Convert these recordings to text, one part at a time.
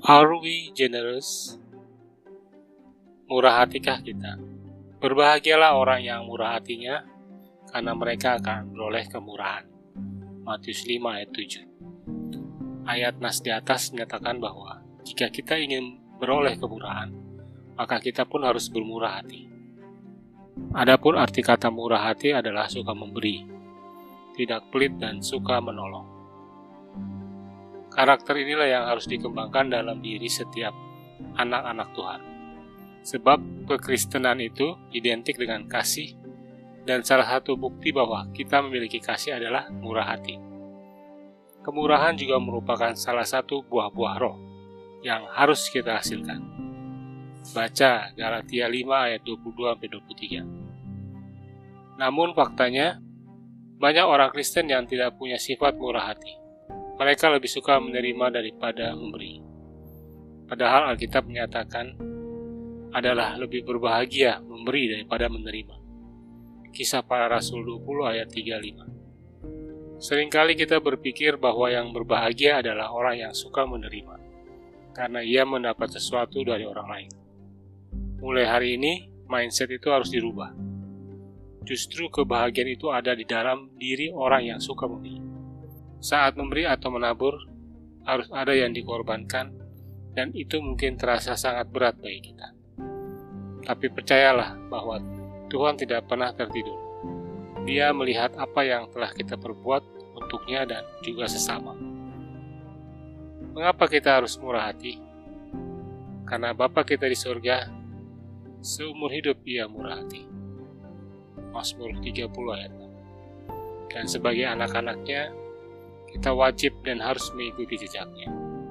Are we generous? Murah hatikah kita? Berbahagialah orang yang murah hatinya, karena mereka akan beroleh kemurahan. Matius 5 ayat 7. Ayat nas di atas menyatakan bahwa jika kita ingin beroleh kemurahan, maka kita pun harus bermurah hati. Adapun arti kata murah hati adalah suka memberi, tidak pelit dan suka menolong. Karakter inilah yang harus dikembangkan dalam diri setiap anak-anak Tuhan. Sebab kekristenan itu identik dengan kasih, dan salah satu bukti bahwa kita memiliki kasih adalah murah hati. Kemurahan juga merupakan salah satu buah-buah roh yang harus kita hasilkan. Baca Galatia 5 ayat 22-23. Namun faktanya, banyak orang Kristen yang tidak punya sifat murah hati. Mereka lebih suka menerima daripada memberi. Padahal Alkitab menyatakan adalah lebih berbahagia memberi daripada menerima. Kisah Para Rasul 20 ayat 35. Seringkali kita berpikir bahwa yang berbahagia adalah orang yang suka menerima, karena ia mendapat sesuatu dari orang lain. Mulai hari ini, mindset itu harus dirubah. Justru kebahagiaan itu ada di dalam diri orang yang suka memberi. Saat memberi atau menabur, harus ada yang dikorbankan, dan itu mungkin terasa sangat berat bagi kita. Tapi percayalah bahwa Tuhan tidak pernah tertidur. Dia melihat apa yang telah kita perbuat untuknya dan juga sesama. Mengapa kita harus murah hati? Karena Bapa kita di surga, seumur hidup ia murah hati. Mazmur 30 ayat 6. Dan sebagai anak-anaknya, kita wajib dan harus mengikuti jejaknya.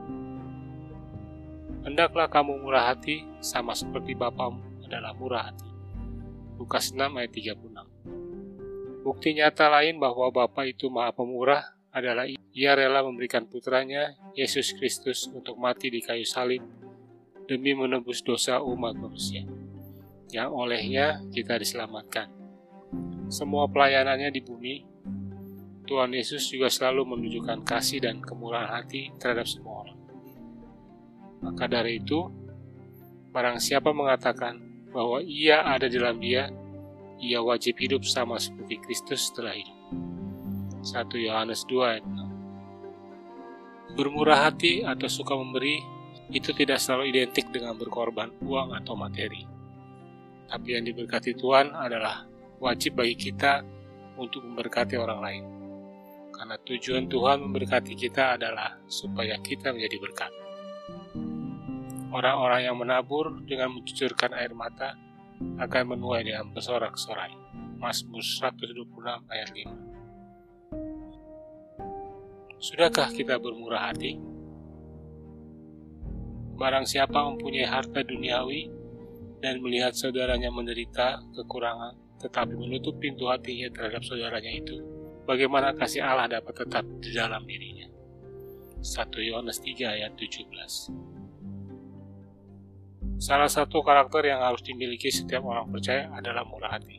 Hendaklah kamu murah hati sama seperti Bapamu adalah murah hati. Lukas 6 ayat 36. Bukti nyata lain bahwa Bapa itu Maha Pemurah adalah ia rela memberikan putranya, Yesus Kristus, untuk mati di kayu salib demi menebus dosa umat manusia, yang olehnya kita diselamatkan. Semua pelayanannya di bumi, Tuhan Yesus juga selalu menunjukkan kasih dan kemurahan hati terhadap semua orang. Maka dari itu, barang siapa mengatakan bahwa ia ada di dalam dia, ia wajib hidup sama seperti Kristus telah hidup. 1 Yohanes 2 ayat 6. Bermurah hati atau suka memberi itu tidak selalu identik dengan berkorban uang atau materi. Tapi yang diberkati Tuhan adalah wajib bagi kita untuk memberkati orang lain. Karena tujuan Tuhan memberkati kita adalah supaya kita menjadi berkat. Orang-orang yang menabur dengan mencucurkan air mata akan menuai dengan bersorak-sorai. Mazmur 126 ayat 5. Sudahkah kita bermurah hati? Barang siapa mempunyai harta duniawi dan melihat saudaranya menderita kekurangan, tetapi menutup pintu hatinya terhadap saudaranya itu, bagaimana kasih Allah dapat tetap di dalam dirinya? 1 Yohanes 3 ayat 17. Salah satu karakter yang harus dimiliki setiap orang percaya adalah murah hati.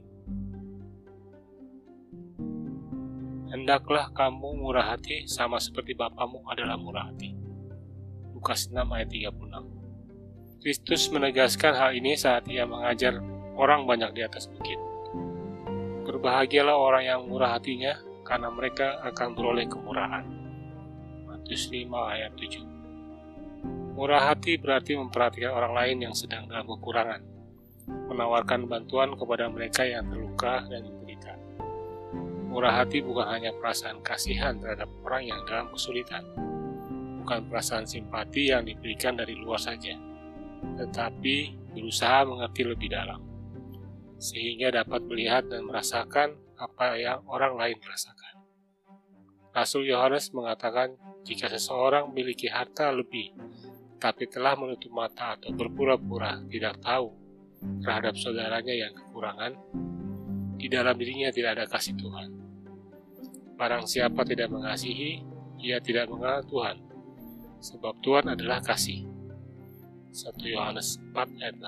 Hendaklah kamu murah hati sama seperti Bapamu adalah murah hati. Lukas 6 ayat 36. Kristus menegaskan hal ini saat ia mengajar orang banyak di atas bukit. Berbahagialah orang yang murah hatinya, karena mereka akan beroleh kemurahan. Matius 5 ayat 7. Murah hati berarti memperhatikan orang lain yang sedang dalam kekurangan, menawarkan bantuan kepada mereka yang terluka dan menderita. Murah hati bukan hanya perasaan kasihan terhadap orang yang dalam kesulitan, bukan perasaan simpati yang diberikan dari luar saja, tetapi berusaha mengerti lebih dalam, sehingga dapat melihat dan merasakan apa yang orang lain merasakan. Rasul Yohanes mengatakan, jika seseorang memiliki harta lebih, tapi telah menutup mata atau berpura-pura tidak tahu terhadap saudaranya yang kekurangan, di dalam dirinya tidak ada kasih Tuhan. Barang siapa tidak mengasihi, ia tidak mengenal Tuhan, sebab Tuhan adalah kasih. 1 Yohanes 4 ayat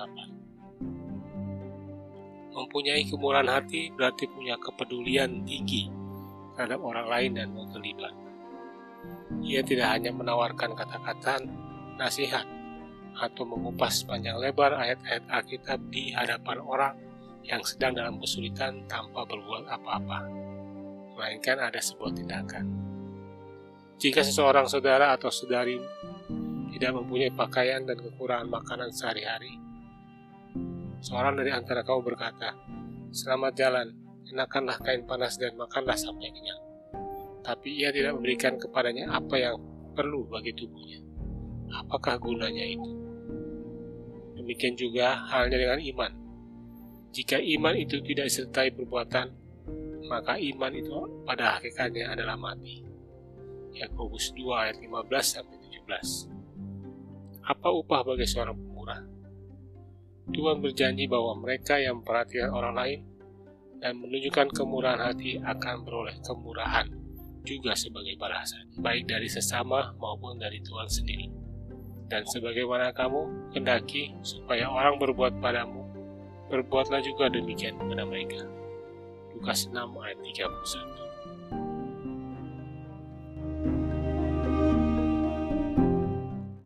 8. Mempunyai kemurahan hati berarti punya kepedulian tinggi terhadap orang lain dan mau terlibat. Ia tidak hanya menawarkan kata-kata nasihat, atau mengupas panjang lebar ayat-ayat Alkitab di hadapan orang yang sedang dalam kesulitan tanpa berbuat apa-apa, melainkan ada sebuah tindakan. Jika seseorang saudara atau saudari tidak mempunyai pakaian dan kekurangan makanan sehari-hari, seorang dari antara kamu berkata, "Selamat jalan, kenakanlah kain panas dan makanlah sampai kenyang." Tapi ia tidak memberikan kepadanya apa yang perlu bagi tubuhnya. Apakah gunanya itu? Demikian juga halnya dengan iman. Jika iman itu tidak disertai perbuatan, maka iman itu pada hakikatnya adalah mati. Yakobus 2 ayat 15-17. Apa upah bagi seorang pemurah? Tuhan berjanji bahwa mereka yang memperhatikan orang lain dan menunjukkan kemurahan hati akan beroleh kemurahan juga sebagai balasan, baik dari sesama maupun dari Tuhan sendiri. Dan sebagaimana kamu kendaki supaya orang berbuat padamu, berbuatlah juga demikian kepada mereka. Lukas 6 ayat 31.